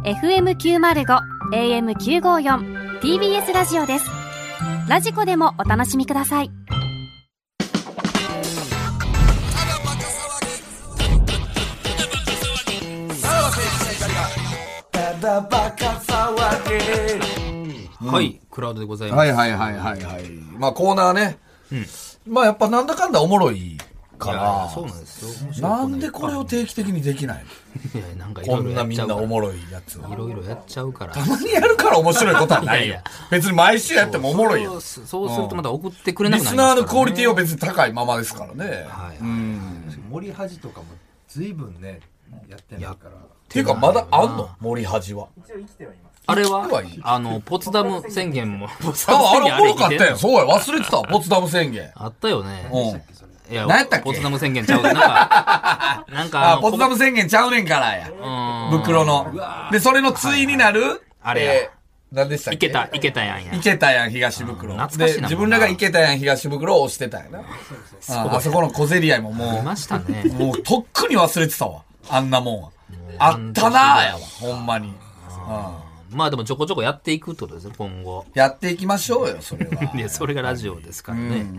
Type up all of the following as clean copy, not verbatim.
FM905 AM954 TBS ラジオです。ラジコでもお楽しみください。 はい、クラウドでございます。 はいはいはいはいはい。まあコーナーね。まあやっぱなんだかんだおもろいから。 そうなんですよ。 なんでこれを定期的にできないの？ いや、なんかこんなみんなおもろいやつ。 いろいろやっちゃうから。 たまにやるから面白いことはないよ。別に毎週やってもおもろいよ。 そうするとまた送ってくれなくなりますからね。 リスナーのクオリティは別に高いままですからね。 はい。 森恥とかも随分ね、やってないから。 っていうかまだあんの？森恥は。 一応生きてはいます。 あれはポツダム宣言も、ポツダム宣言あれおもろかったよ。そうや、忘れてた。ポツダム宣言。 あったよね。 うん。 いや、 何やったっけ？ ポツダム宣言ちゃう。なんかポツダム宣言ちゃうねんからや。袋の。で、それの対になる、 あれ何でしたっけ？ いけたやんや。 いけたやん、東袋。 懐かしいな。 で、自分らがいけたやん、東袋を押してたんやな。あそこの小競り合いももう、 見ましたね。 もうとっくに忘れてたわ。あんなもんは。あったなぁやわ、ほんまに。 まあでもちょこちょこやっていくってことですね、今後。 やっていきましょうよ、それは。 いや、それがラジオですからね。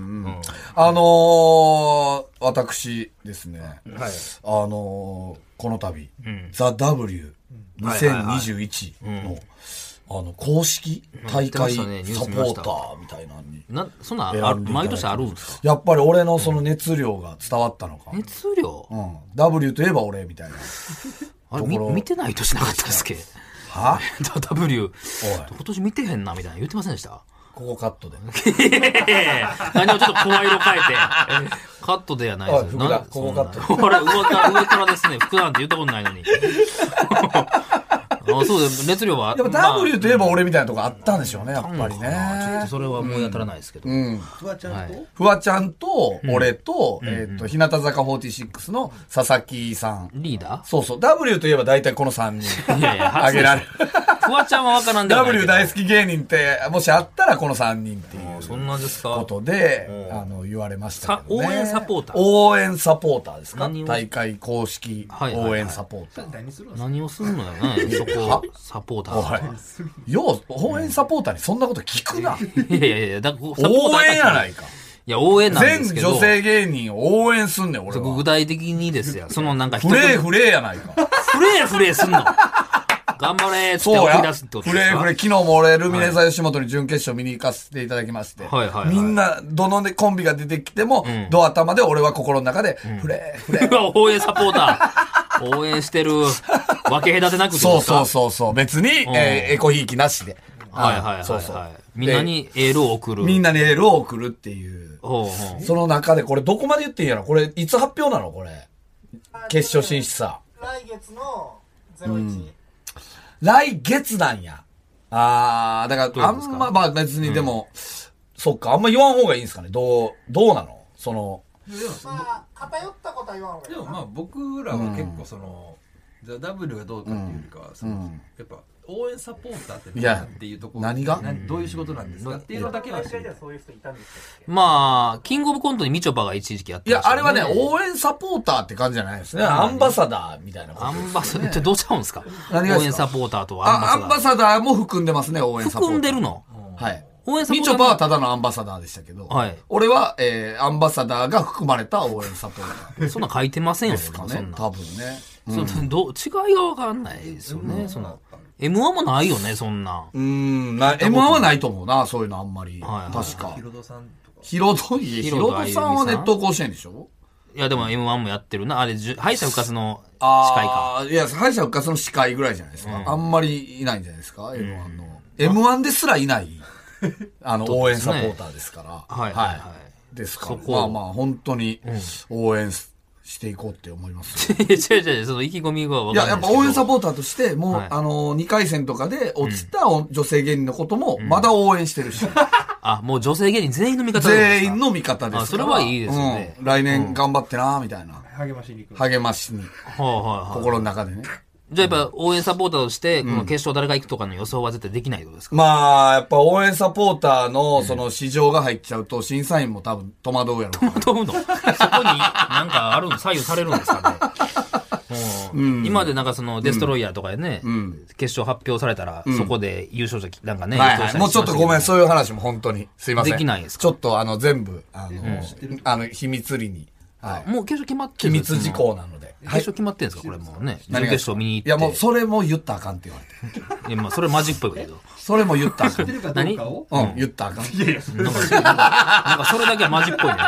私ですね、この度、ザ・ W2021 の、公式大会サポーターみたいなのに。 そんな、毎年あるんですか？ やっぱり俺のその熱量が伝わったのか。 熱量？ W といえば俺みたいな。 あれ、見てない年なかったですっけ？ は ？W。今年見てへんな、みたいな言ってませんでした？ ここカットで。 何をちょっと声色変えて。カットではないですよ。 ここカット。 あれ、上からですね。福なんて言ったことないのに。そうです。熱量は。 やっぱ W といえば俺みたいなとこあったんでしょうね、やっぱりね。 ちょっとそれはもうやたらないですけど。 フワちゃんとフワちゃんと、俺と、日向坂46の佐々木さん。 リーダー？ そうそう。W といえば大体この3人。 いやいや、 あげられる。 フワちゃんはわからんではないけど。 W 大好き芸人って、もしあったらこの3人っていう。 そんなですか？ ことで、言われましたけどね。 応援サポーター？ 応援サポーターですか？大会公式応援サポーター。 何をするのよね、そこ、サポーター。 よう、応援サポーターにそんなこと聞くな。 いやいやいや、 応援やないか。 いや、応援なんですけど。 全女性芸人を応援すんねん、俺は。 具体的にですよ。そのなんかフレーフレーやないか。 フレーフレーすんの。頑張れーって送り出すってことですか？ フレーフレー、昨日も俺、ルミネ座吉本に準決勝見に行かせていただきまして。みんな、どのコンビが出てきても、ドア玉で俺は心の中で、フレーフレー。 応援サポーター。応援してる。分け隔てなくってことですか？ そう。別に、エコひいきなしで。 はい。みんなにエールを送る。 みんなにエールを送るっていう。その中で、これどこまで言っていいんやろ？これ、いつ発表なの？これ。決勝進出さ。 来月の01。 来月なんや。だからあんま、まあ別にでも、そっか、あんま言わん方がいいんですかね。どうなの？その。 まあ、偏ったことは言わん方がいい。 でもまあ僕らは結構その、ザ・ W がどうかっていうよりかは、やっぱ応援サポーターって何っていうところ、 何がどういう仕事なんですかっていうのだけは知りたい。 そういう人いたんですか？ まあ、キングオブコントにみちょぱが一時期やってましたね。 いや、あれはね、応援サポーターって感じじゃないですね。アンバサダーみたいなこと。 アンバサダーってどうちゃうんですか？ 何がですか？ 応援サポーターとはアンバサダー。 アンバサダーも含んでますね、応援サポーター。 含んでるの？ はい。 応援サポーター。 みちょぱはただのアンバサダーでしたけど、はい。俺は、アンバサダーが含まれた応援サポーター。 そんな書いてませんよ、 ですかね。多分ね。 違いがわかんないですよね、その。M1 もないよね、そんな。 M1 はないと思うな、そういうのあんまり。確か。 ヒロドさんとか。 ヒロドさんは熱湯甲子園でしょ？ いや、でも M1 もやってるな。あれ、敗者復活の司会か。 いや、敗者復活の司会ぐらいじゃないですか。あんまりいないんじゃないですか、M1 の。M1 ですらいない、応援サポーターですから。はい。ですから。まあまあ、本当に応援していこうって思います。 違う、その意気込みが分かんない。 いや、やっぱ応援サポーターとして、もう、2回戦とかで落ちた女性芸人のことも、まだ応援してるし。 もう女性芸人全員の味方ですか？ 全員の味方です。 それはいいですよね。 来年頑張ってな、みたいな。 励ましに行く。 励ましに。心の中でね。 じゃあやっぱ応援サポーターとして、この決勝誰が行くとかの予想は絶対できないってことですか？ まあ、やっぱ応援サポーターのその市場が入っちゃうと、審査員も多分戸惑うやろ。 戸惑うの？そこになんかあるの？左右されるんですかね？ 今までなんかそのデストロイヤーとかでね、決勝発表されたら、そこで優勝者なんかね、 もうちょっとごめん、そういう話も本当に。すいません。 できないですか？ ちょっと全部、秘密裏に。 もう決勝決まってるんですか？ 秘密事項なので。 決勝決まってるんですかこれもうね。準決勝見に行って。 いやもうそれも言ったらあかんって言われて。 いやまあそれマジっぽいけど。 それも言ったらあかん。 何？ 言ったらあかん。いやいや、 なんかそれだけはマジっぽいね。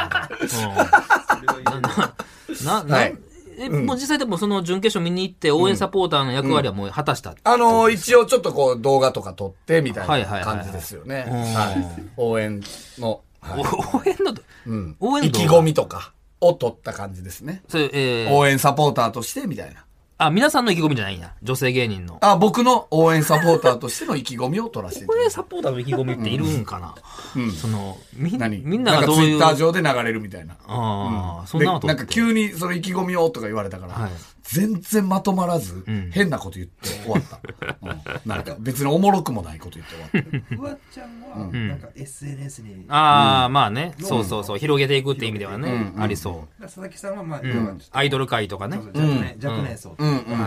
もう実際でもその準決勝見に行って応援サポーターの役割はもう果たした、 一応ちょっとこう動画とか撮ってみたいな感じですよね。応援の。 応援意気込みとかを撮った感じですね。応援サポーターとしてみたいな。 皆さんの意気込みじゃないんや。女性芸人の。 僕の応援サポーターとしての意気込みを取らせていただきます。 応援サポーターの意気込みっているんかな？みんながどういう。ツイッター上で流れるみたいな。 そんなことなんか急にその意気込みをとか言われたから、全然まとまらず、変なこと言って終わった。なんか別におもろくもないこと言って終わった。 フワちゃんは、なんか SNS に。 まあね。そう。広げていくって意味ではね、ありそう。 佐々木さんは、まあ、 アイドル界とかね。 若年層。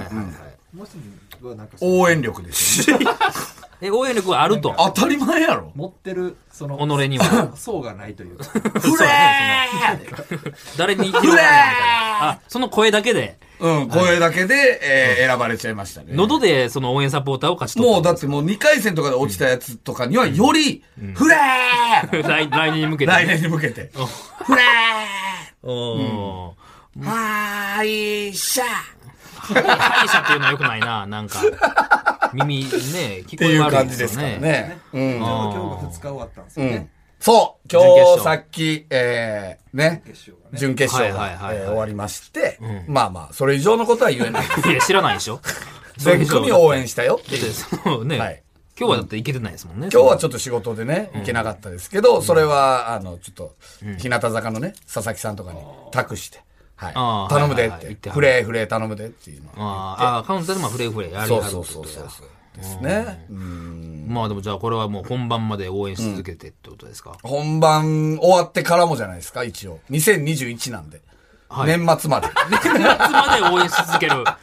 応援力ですよね。 応援力はあると。 当たり前やろ。 持ってる、その、 己には。 層がないというか。 フレー誰に広がるみたいな。その声だけで。 声だけで、選ばれちゃいましたね。 喉でその応援サポーターを勝ち取った。 もうだってもう2回戦とかで落ちたやつとかにはより、フレー来年に向けて。 来年に向けて。フレーはーいしゃ歯医者っていうのは良くないな、なんか。耳ね、聞こえ悪いですよね。 今日が2日終わったんですよね。 そう、今日さっき、準決勝が終わりまして、まあまあ、それ以上のことは言えない。 いや、知らないでしょ。 全組応援したよっていう。 今日はだって行けてないですもんね。 今日はちょっと仕事でね、行けなかったですけど、それは、ちょっと、日向坂のね、佐々木さんとかに託して、頼むでって、フレー頼むでっていうの。 カウンターでフレーやりはる。 そう。ですね。 まあでもじゃあこれはもう本番まで応援し続けてってことですか？ 本番終わってからもじゃないですか、一応。2021なんで。年末まで。 年末まで応援し続ける。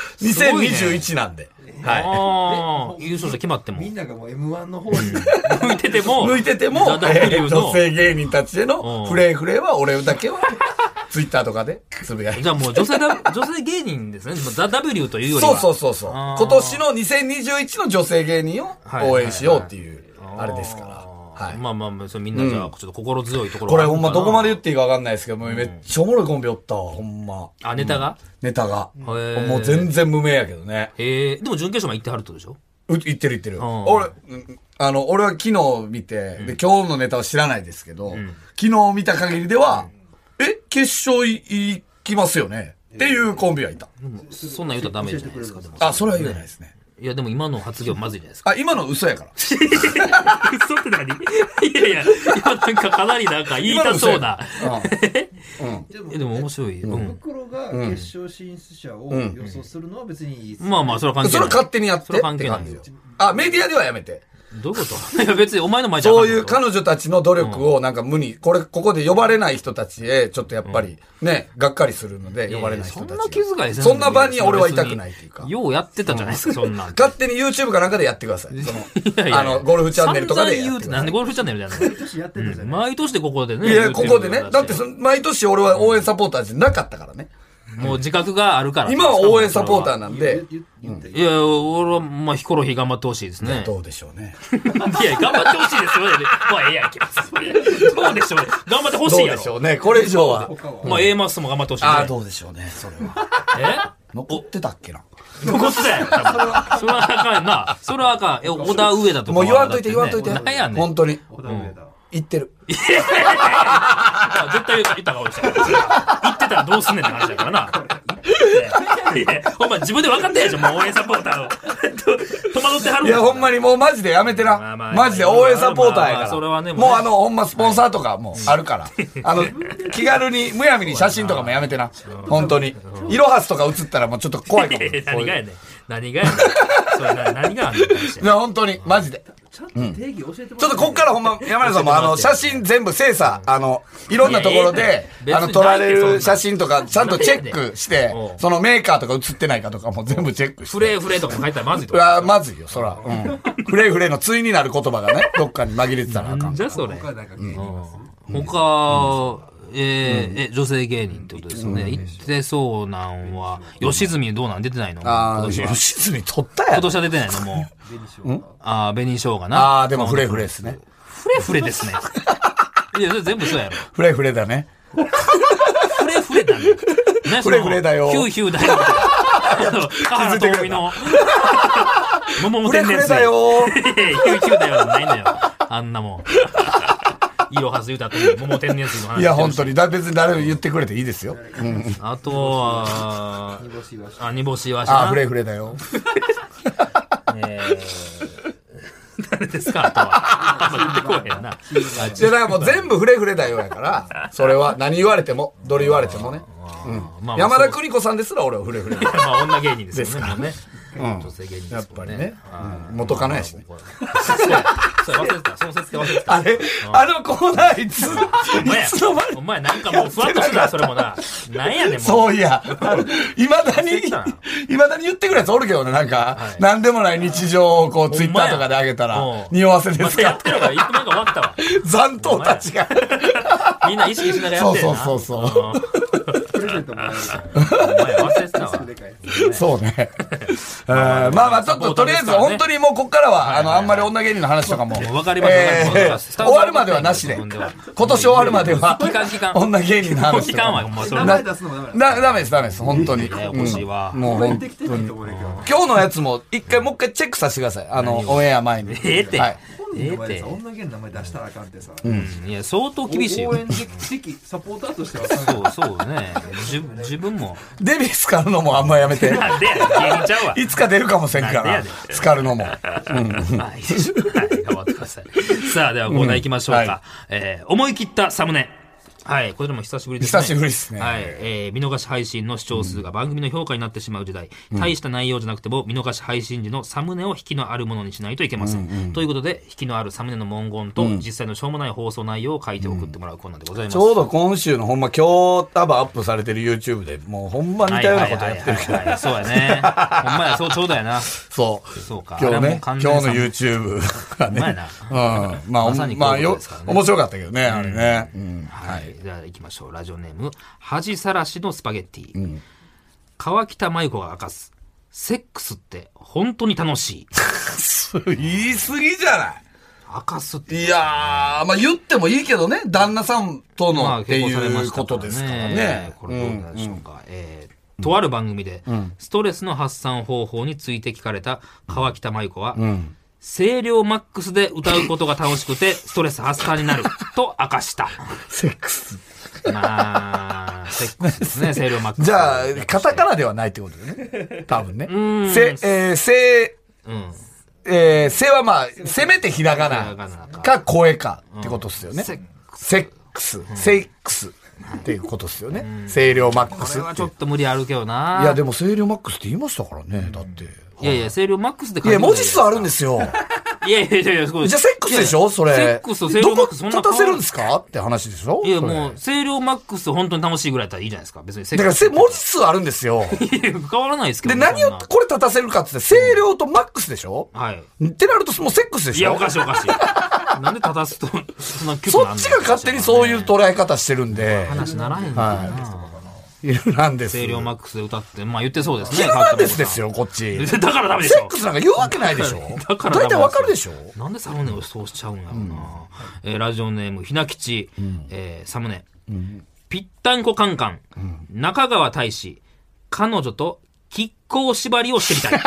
2021なんで。 優勝者決まっても。 みんながもう M1 の方に向いてても、 女性芸人たちへのフレーは俺だけは、ツイッターとかでつぶやいて。 じゃあもう女性芸人ですね。ザ・ W というよりは。 そう。今年の2021の女性芸人を応援しようっていう、あれですから。 まあ、みんなじゃあ、ちょっと心強いところこれほんまどこまで言っていいかわかんないですけど、めっちゃおもろいコンビおったわ、ほんま。 ネタが。 もう全然無名やけどね。 でも準決勝も行ってはるってことでしょ？ 行ってる。俺は昨日見て、で、今日のネタは知らないですけど、昨日見た限りでは、決勝行きますよねっていうコンビはいた。 そんなん言うたらダメじゃないですか。 それは言えないですね。 いや、でも今の発言はまずいじゃないですか。 今の嘘やから。 嘘って何？いや、今なんかかなりなんか言いたそうな。でも面白い。 袋が決勝進出者を予想するのは別にいいです。 まあ、それは関係ない。 それは勝手にやって。 それは関係ないよ。 メディアではやめて。 どういうこと？いや別にお前の前じゃそういう彼女たちの努力をなんかここで呼ばれない人たちへ、ちょっとやっぱりね、がっかりするので、呼ばれない人たち。 そんな気遣いそんな場に俺はいたくないっていうか。 ようやってたじゃないですか、そんなん。 勝手に YouTube かなんかでやってください。ゴルフチャンネルとかでやってください。 なんでゴルフチャンネルじゃない毎年やってるじゃない。 毎年でここでね。 いや、ここでね。だって毎年俺は応援サポーターじゃなかったからね。 もう自覚があるから。 今は応援サポーターなんで。 いや、俺は、ヒコロヒー頑張ってほしいですね。 どうでしょうね。 いや、頑張ってほしいですよね。まあ、やんけ。どうでしょうね。頑張ってほしいやろ。 どうでしょうね。これ以上は。 まあ、A マスも頑張ってほしいね。 どうでしょうね、それは。残ってたっけな。 残ってたよ。それはあかんな。それはあかん。小田上田とか。 もう言わんといて。 何やねん。 本当に。 小田上田。 言ってる。 絶対言った顔したから。言ってたらどうすんねんって話だからな。ほんま自分で分かったやん、もう応援サポーターを。戸惑ってはる。 いや、ほんまにもうマジでやめてな。マジで応援サポーターやから。 それはね。 もうほんまスポンサーとかもあるから。気軽に、むやみに写真とかもやめてな。本当に。イロハスとか映ったらもうちょっと怖いかも。 何がやねん。何がやねん。それ何があんの？ いや、本当に、マジで。 ちゃんと定義教えてもらって、 ちょっとこっからほんま、山根さんも写真全部精査、いろんなところで、撮られる写真とか、ちゃんとチェックして、そのメーカーとか写ってないかとかも全部チェックして。 フレーフレーとかも書いたらまずいとか。 まずいよ、そら。フレーフレーの対になる言葉がね、どっかに紛れてたらあかん。 じゃそれ。他、女性芸人ってことですよね。言ってそうなんは、吉住どうなん出てないの？ 吉住取ったやん。 今年は出てないのもう。紅生姜な。 ああ、でもフレフレですね。 フレフレですね。いや、それ全部そうやろ。 フレフレだね。 フレフレだね。 フレフレだよ。 ヒューヒューだよ。田原智美の。桃も天然水。 フレフレだよ。 ヒューヒューだよ。ないんだよ。あんなもん。イロハス言うた後に桃天然水の話。 いや、本当に。別に誰も言ってくれていいですよ。 あとは、煮干しわし。 フレフレだよ。 誰ですかあとは。言ってこうへんな。 いや、だからもう全部フレフレだよやから、それは何言われても、どれ言われてもね。山田邦子さんですら俺はフレフレ。 まあ女芸人ですからね。女性芸人ですやっぱりね。元カノやしね。 忘れてた。その説忘れてた。 あのコーナーいつの間に。 お前なんかもうふわっとしてたそれもな。なんやねんもう。 そういや。いまだに言ってくるやつおるけどね、なんか、なんでもない日常をこうツイッターとかで上げたら、匂わせですか。 やってるから、いつの間にか終わったわ。 残党たちが。 みんな意識しながらやってるな。 そう。 プレゼントもらえるから。 お前忘れてたわ。 そうね。まあちょっととりあえず本当にもうこっからはあんまり女芸人の話とかもわかりました。 終わるまではなしで、今年終わるまでは女芸人の話とかダメです本当に。もう本当に今日のやつももう一回チェックさせてください、オンエア前に。 女芸人の名前出したらあかんってさ。 いや相当厳しいよ。 応援的サポーターとしてはそうね。自分もデビスカるのもあんまやめて。 なんでや芸人ちゃうわ。 いつか出るかもせんからスカるのも。 頑張ってください。さあではコーナー行きましょうか。思い切ったサムネ。はい、これでも久しぶりですね。 久しぶりですね。 はい、見逃し配信の視聴数が番組の評価になってしまう時代、大した内容じゃなくても見逃し配信時のサムネを引きのあるものにしないといけません。ということで、引きのあるサムネの文言と、実際のしょうもない放送内容を書いて送ってもらうコーナーでございます。 ちょうど今週のほんま今日多分アップされてる YouTube でもうほんま似たようなことやってるけど。 そうやね。ほんまや、そうちょうどやな。 そうか。 今日の YouTube がね。まあ面白かったけどね、あれね。 はい、じゃあ行きましょう。ラジオネーム恥さらしのスパゲッティ、川北麻由子が明かすセックスって本当に楽しい。 言い過ぎじゃない。 明かすって、 いやー、まあ言ってもいいけどね、旦那さんとのっていうことですからね。 これどうなんでしょうか。とある番組で、ストレスの発散方法について聞かれた川北麻由子は、声量マックスで歌うことが楽しくてストレス発散になると明かした。 セックス。 まあ、セックスですね、声量マックス。 じゃあ、カタカナではないってことね。多分ね。せはまあ、せめてひらがなか声かってことですよね。セックスっていうことですよね。声量マックス。 これはちょっと無理あるけどな。 いや、でも声量マックスって言いましたからね、だって。 いや、声量マックスでいや、文字数あるんですよ。 いや、じゃあセックスでしょそれ。 セックスと声量マックスそんな。 どこ立たせるんですかって話でしょ。 いや、もう、声量マックスと本当に楽しいぐらいだったらいいじゃないですか。別にだから文字数あるんですよ。 いや、変わらないですけど。 で、何をこれ立たせるかって声量とマックスでしょ。 はい。 ってなるともうセックスでしょ。 いや、おかしい。なんで立たすと、そんなそっちが勝手にそういう捉え方してるんで。 話ならへんな。 ヒルナンデス。 声量マックスで歌って、まあ言ってそうですね。 ヒルナンデスですよ、こっち。 だからダメでしょ。 セックスなんか言うわけないでしょ。 だから大体わかるでしょ。 なんでサムネをそうしちゃうんやろうな。ラジオネーム、ひなきち、サムネ。ぴったんこカンカン、中川大志、彼女と亀甲縛りをしてみたい。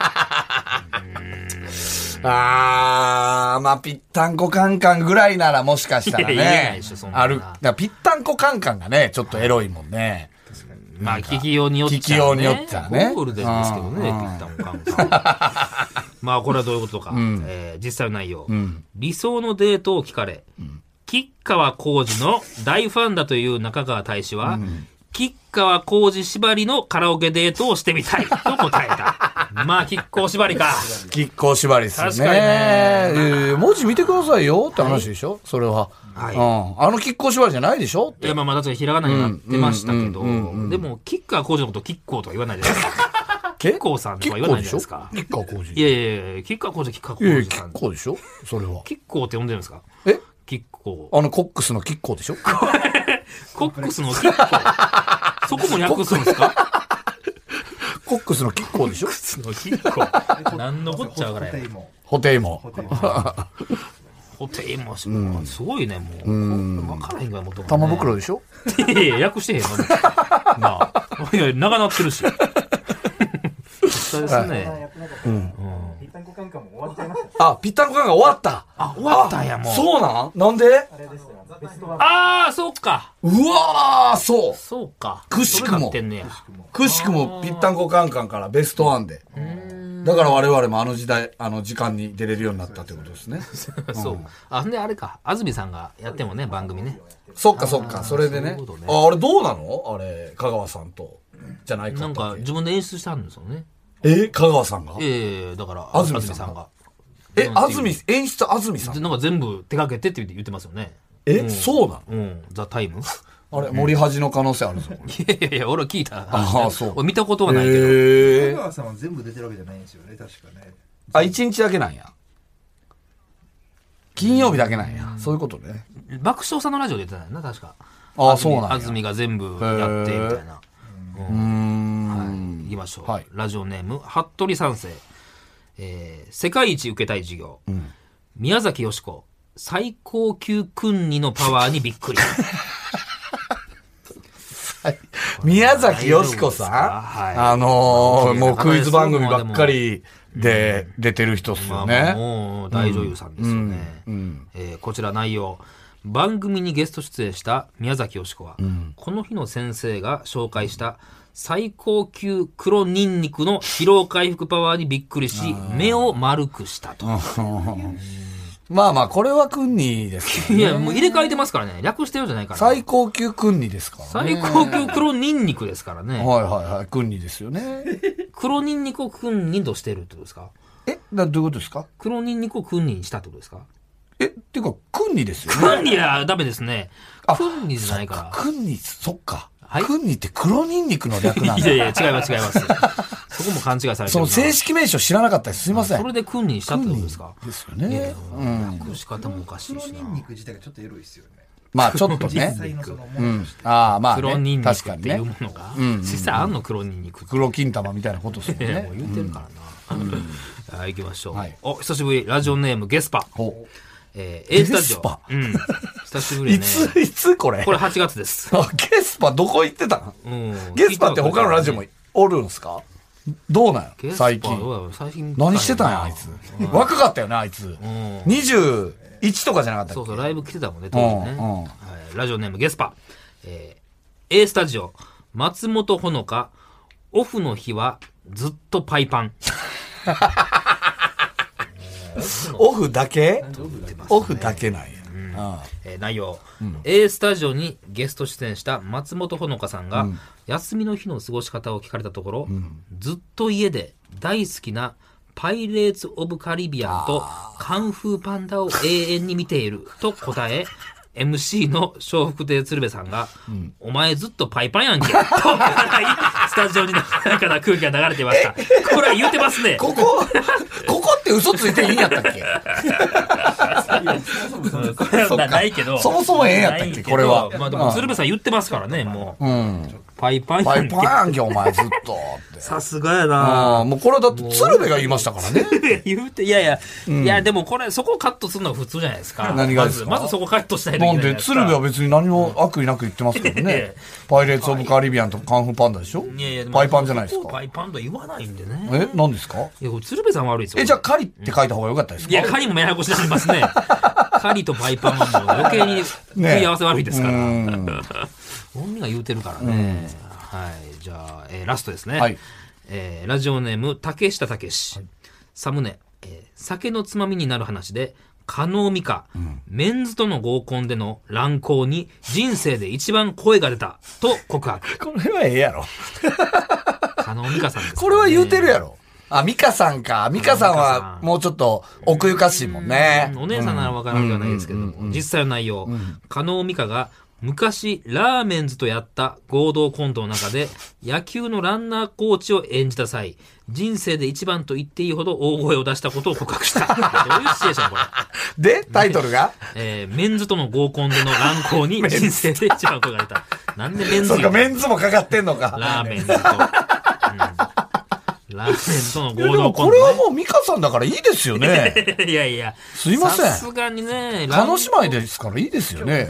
まあ、ぴったんこカンカンぐらいならもしかしたらね。ある。ぴったんこカンカンがね、ちょっとエロいもんね。 まあ、聞きようによっちゃね。 聞きようによっちゃね。 ゴールデンですけどね、ぴったんこカンカン。まあ、これはどういうことか。実際の内容。理想のデートを聞かれ、吉川晃司の大ファンだという中川大志は、 吉川晃司縛りのカラオケデートをしてみたいと答えた。まあ、吉光縛りか。 吉光縛りですね。 確かにね文字見てくださいよって話でしょ、それは。 はいあの吉光縛りじゃないでしょって。 いや、まあ、確かにひらがなになってましたけど、でも、吉川晃司のこと吉光とは言わないじゃないですか。吉光さんとは言わないじゃないですか。 吉川晃司。 いやいやいや、吉川晃司、吉川いやいや、 晃司さん。 吉光でしょそれは。 吉光って呼んでるんですか？ え吉光。 コックスの吉光でしょコックスの吉光。そこも略すんですか？ コックスの吉光でしょの吉光。何のこっちゃうからや。 ホテイモ。 ホテイモすごいね、もう。分からへんぐらいもっと。 玉袋でしょいやいや、訳してへんの。なあ。いや、長なってるし。そうですね。 ぴったんこカンカンも終わっちゃいました。 あ、ぴったんこカンカン終わった。 あ、終わったんや、もう。 そうなんであれですよ。ベストワン。 ああ、そうか。 うわー、そう。 そうか。 くしくもそれなってんねや。 くしくもぴったんこカンカンからベストワンで。だから我々もあの時代、時間に出れるようになったってことですね。 そう。あ、で、あれか。安住さんがやってもね、番組ね。 そっかそっか、それでね。 そういうことねあれどうなのあれ、香川さんと。じゃないかなんか、自分で演出したんですよね。 香川さんがだから、 安住さんが。演出安住さん。 なんか全部手掛けてって言ってますよね。 そうなのザ・タイム。 あれ、森恥の可能性あるぞ。 いやいや、俺は聞いた。 ああ、そう。 俺見たことはないけど。 香川さんは全部出てるわけじゃないんですよね、確かね。 あ、1日だけなんや。金曜日だけなんや。そういうことね。 爆笑さんのラジオ出てたよな、確か。 ああ、そうなんや。 安住が全部やって、みたいな。はい。行きましょう。ラジオネーム、服部三世。世界一受けたい授業。宮崎美子。最高級訓二のパワーにびっくり。 宮崎美子さんもうクイズ番組ばっかりで出てる人っすよね。 もう大女優さんですよね。こちら内容。番組にゲスト出演した宮崎美子は、この日の先生が紹介した最高級黒ニンニクの疲労回復パワーにびっくりし、目を丸くしたと。 まあまあ、これはクンニですね。いや、もう入れ替えてますからね。略してるじゃないから。 最高級クンニですからね。最高級黒ニンニクですからね。 はいはいはい。クンニですよね。 黒ニンニクをクンニとしてるってことですか？ どういうことですか？ 黒ニンニクをクンニにしたってことですか？ っていうか、クンニですよね。 クンニはダメですね。クンニじゃないから。 クンニ、そっか。クンニって黒ニンニクの略なんだ。 いやいや、違います違います。そこも勘違いされてる。 その正式名称知らなかったです。すいません。 それでクンニにしたってことですか？ ですよね。 略し方もおかしいしな。 黒ニンニク自体がちょっとエロいですよね。 まあちょっとね。ああ、まあ黒ニンニクっていうものが。実際あんの黒ニンニク。 黒金玉みたいなことですよね。 もう言ってるからな。はい、行きましょう。お、久しぶり。ラジオネームゲスパ。A スタジオ。久しぶりね。 いつこれこれ8月です。 ゲスパどこ行ってたの？ゲスパって他のラジオもおるんすか？どうなんや最近。何してたんやあいつ。若かったよねあいつ。21とかじゃなかったっけ？ そうそう、ライブ来てたもんね、当時ね。ラジオネームゲスパ。A スタジオ、松本穂香、オフの日はずっとパイパン。 オフだけ？オフだけなんや。 内容、A スタジオにゲスト出演した松本穂香さんが、休みの日の過ごし方を聞かれたところ、ずっと家で大好きなパイレーツ・オブ・カリビアンとカンフーパンダを永遠に見ていると答え、MC の笑福亭鶴瓶さんが、お前ずっとパイパンやんけと笑い、スタジオに中な空気が流れてました。これは言うてますね。 ここって嘘ついていいんやったっけ？ これはないけど。 そもそもええんやったっけこれは。 まあでも鶴瓶さん言ってますからね、もう。パイパンやんけ。パイパンやんけ、お前ずっと。 さすがやな。 もうこれだって鶴瓶が言いましたからね。 言うて、いや、でもこれ、そこをカットするのが普通じゃないですか。 何がですか？ まずそこカットしたいといけない。 なんで、鶴瓶は別に何も悪意なく言ってますけどね。パイレーツ・オブ・カリビアンとカンフーパンダでしょ？パイパンじゃないですか。 パイパンと言わないんでね。 何ですか？ いや、鶴瓶さん悪いですよ。 じゃあカリって書いた方がよかったですか？ いや、カリもややこしになりますね。カリとパイパンはもう余計に食い合わせ悪いですから。本人が言うてるからね。はい。じゃあ、ラストですね。ラジオネーム、竹下武史。サムネ、酒のつまみになる話で、 加納美香、メンズとの合コンでの乱行に人生で一番声が出たと告白。 これはええやろ。 加納美香さんです、ね。 これは言うてるやろ。あ、美香さんか。美香さんはもうちょっと奥ゆかしいもんね。 お姉さんならわからんではないですけど、実際の内容、加納美香が昔ラーメンズとやった合同コントの中で野球のランナーコーチを演じた際、人生で一番と言っていいほど大声を出したことを告白した。どういうシチュエーションこれ。で、タイトルがメンズとの合コンでの乱行に人生で一番声が出た。なんでメンズそうか、メンズもかかってんのか。 ラーメンズと。ラーメンとの合同コント、ね。 これはもう美香さんだからいいですよね。 いやいや。 すいません。 さすがにね。 叶姉妹ですからいいですよね。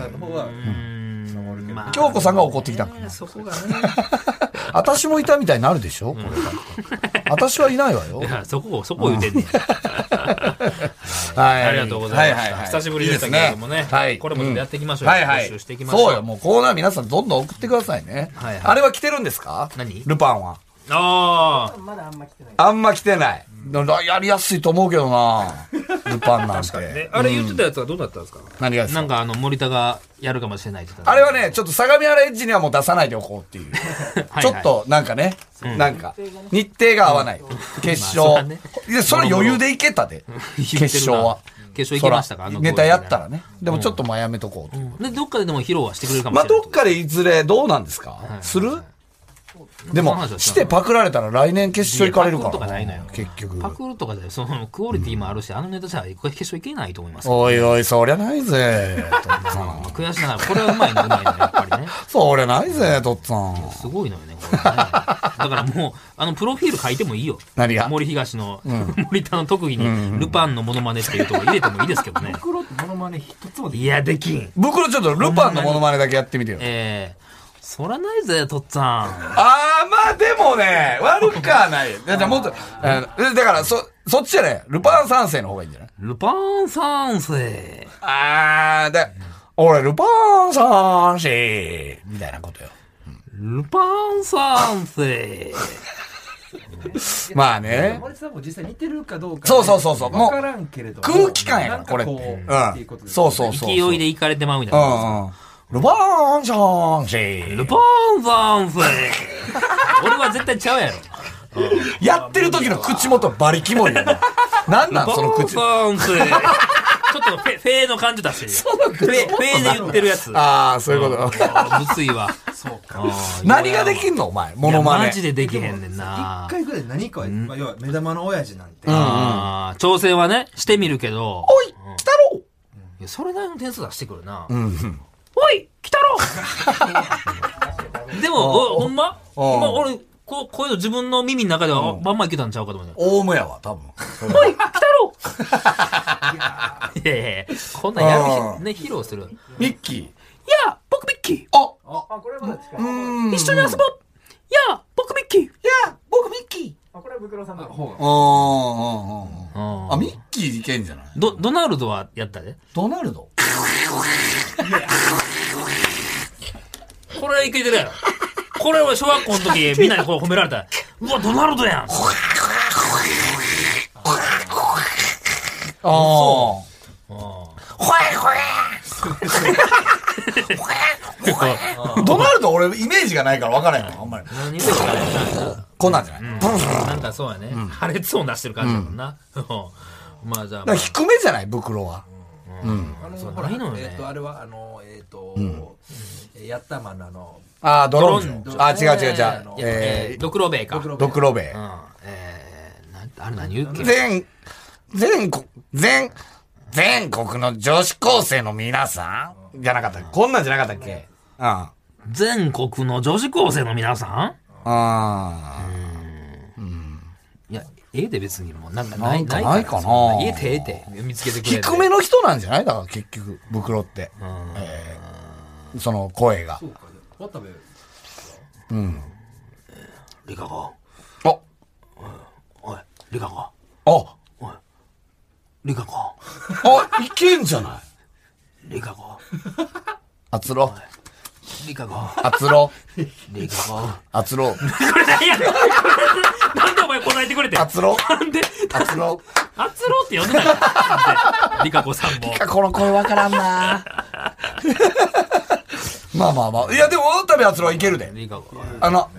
京子さんが怒ってきた。 そこがね。 私もいたみたいになるでしょこれ。私はいないわよ。 いや、そこ言うてんねん。 はい。 ありがとうございます。久しぶりでしたけれどもね。はい。これもやっていきましょう。募集していきましょう。 そうよ。もうコーナー皆さんどんどん送ってくださいね。あれは来てるんですか？ 何？ ルパンは。 ああ。 まだあんま来てない。 あんま来てない。やりやすいと思うけどな。ルパンなんて。 あれ言ってたやつはどうだったんですか？ 何がですか？ なんか森田がやるかもしれないって言った。 あれはね、ちょっと相模原エッジにはもう出さないでおこうっていう。ちょっとなんかね、なんか日程が合わない。決勝。それ余裕でいけたで。決勝は。 決勝いけましたか？ ネタやったらね。でもちょっとやめとこうと。 で、どっかででも披露はしてくれるかもしれない。 どっかでいずれどうなんですか？する？でも、してパクられたら来年決勝行かれるから。 パクるとかないのよ。 結局。 パクるとかで、そのクオリティもあるし、あのネタじゃ決勝いけないと思います。 おいおい、そりゃないぜ。 悔しながら、これはうまいの、やっぱりね。 そりゃないぜ、とっつぁん。 すごいのよね、これね。だからもう、プロフィール書いてもいいよ。 何が？ 森東の、森田の特技に、ルパンのモノマネっていうとこ入れてもいいですけどね。 袋ってモノマネ一つもできない。 いや、できん。 袋ちょっとルパンのモノマネだけやってみてよ。 そらないぜ、とっつぁん。 まあでもね、悪くはない。だからもっと、だからそっちじゃね、ルパン三世の方がいいんじゃない？ ルパン三世。 俺、ルパン三世みたいなことよ。 ルパン三世。 まあね。 森さんも実際似てるかどうか。 そう。もう、 空気感やから、これって。そう。 勢いで行かれてまうみたいな。 ルパン三世。 ルパン三世。俺は絶対ちゃうやろ。 やってる時の口元バリキモいよね。なんなんその口。 ルパン三世。ちょっとフェーの感じ出してる。フェーで言ってるやつ。 ああ、そういうこと。 むついわ。 そうか。 何ができんのお前、モノマネ。 マジでできへんねんな。 一回ぐらい何か、要は目玉の親父なんて。 挑戦はね、してみるけど。 おい、来たろいや、それなりの点数出してくるな。おい、来たろでも、ほんま今、俺、こういうの自分の耳の中ではまんまいけたんちゃうかと思う。 大ムやわ、多分。 おい、来たろいや、こんなんやるね、披露する。 ミッキー。 いや、僕ミッキー。 これはまだ近い。 一緒に遊ぼう。いや、僕ミッキー。いや、僕ミッキー。 これはブクロさんだ。 ミッキーいけんじゃない？ ドナルドはやったで。 ドナルドこれいけてるやろ。これは小学校の時みんなにこう褒められた。うわ、ドナルドやん。 ドナルド俺イメージがないから分からへんのあんまり。 何イメージがないこんなんじゃない？ なんかそうやね。破裂音出してる感じだもんな。まあじゃあ。 低めじゃない袋は。 ほら、あれは、ヤッターマンのドローン。違う。 ドクロベイか。 ドクロベイ。 あれ何言うっけ？ 全国の女子高生の皆さんじゃなかったっけ？こんなんじゃなかったっけ？ 全国の女子高生の皆さん？いや、で別にもうなんかないかな。見つけてくれて。 低めの人なんじゃない？だから結局、袋って。その声が。そうか。 渡部。 リカゴ。おい、リカゴ。リカゴ。 いけんじゃない？ リカゴ。 あつろ。 リカゴ。 あつろ。 リカゴ。 あつろ。 これ何やねん。なんでお前答えてくれて。 あつろ。 なんで。 あつろ。 あつろって呼んでたからリカ子さんも。 この声わからんなまあまあまあ。いや、でも、渡部篤郎いけるで。 リカ子。 だから、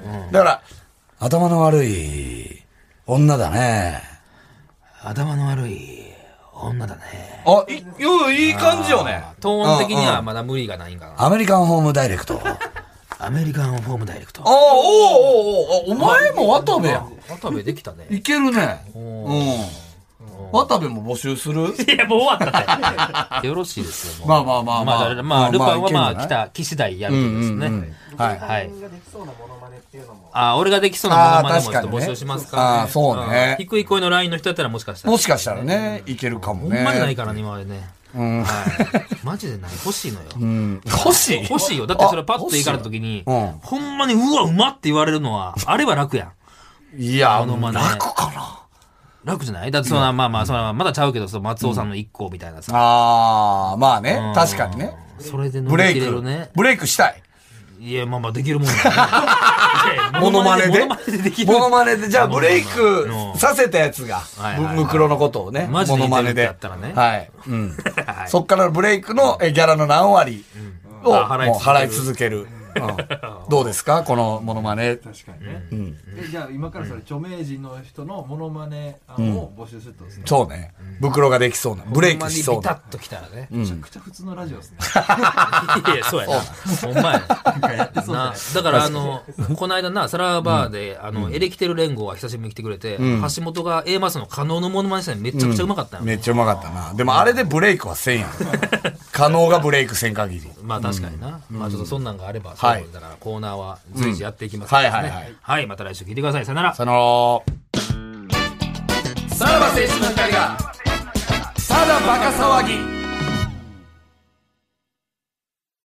頭の悪い女だね。 頭の悪い女だね。 いい感じよね。 トーン的にはまだ無理がないんかな。 アメリカンホームダイレクト。 アメリカンホームダイレクト。 お前も渡部やん。 渡部できたね。 いけるね。渡部も募集する？ いや、もう終わったって。よろしいですよ。 まあまあまあまあ。 まあ、ルパンはまあ、来次第やるとですね。はい。はい。俺ができそうなモノマネもちょっと募集しますか。 そうね。 低い声のラインの人やったらもしかしたらね、いけるかもね。 ほんまにないからね、今までね。マジでない。欲しいのよ。 欲しいよ。だってそれパッと言いかれた時に、ほんまにうわ、うまって言われるのは、あれは楽やん。 いや、楽かな。 楽じゃない？だってその、まだちゃうけど、松尾さんの一個みたいなさ。 まあね、確かにね。 それで乗り切れるね。 ブレイクしたい。 いや、まあできるもんだね。モノマネで。モノマネで、じゃあブレイクさせたやつが、ムクロのことをね、モノマネで。はい。そっからブレイクのギャラの何割を払い続ける。どうですかこのモノマネ。 確かにね。じゃあ今からそれ著名人の人のモノマネ案を募集するってことですね。 そうね。袋ができそうな。ブレイクしそうな。 ビタッときたらね。 めちゃくちゃ普通のラジオですね。 いや、そうやな。ほんまやな。だからこの間な、サラバーで、エレキテル連合が久しぶりに来てくれて、橋本が A マスの加納のモノマネしたらめちゃくちゃうまかったよ。 めっちゃうまかったな。でもあれでブレイクはせんやん。加納がブレイクせん限り。 まあ確かにな。まあちょっとそんなんがあれば、だからコーナーは随時やっていきますからね。はい、また来週聞いてください。さよなら。 さらば青春の光がただバカ騒ぎ。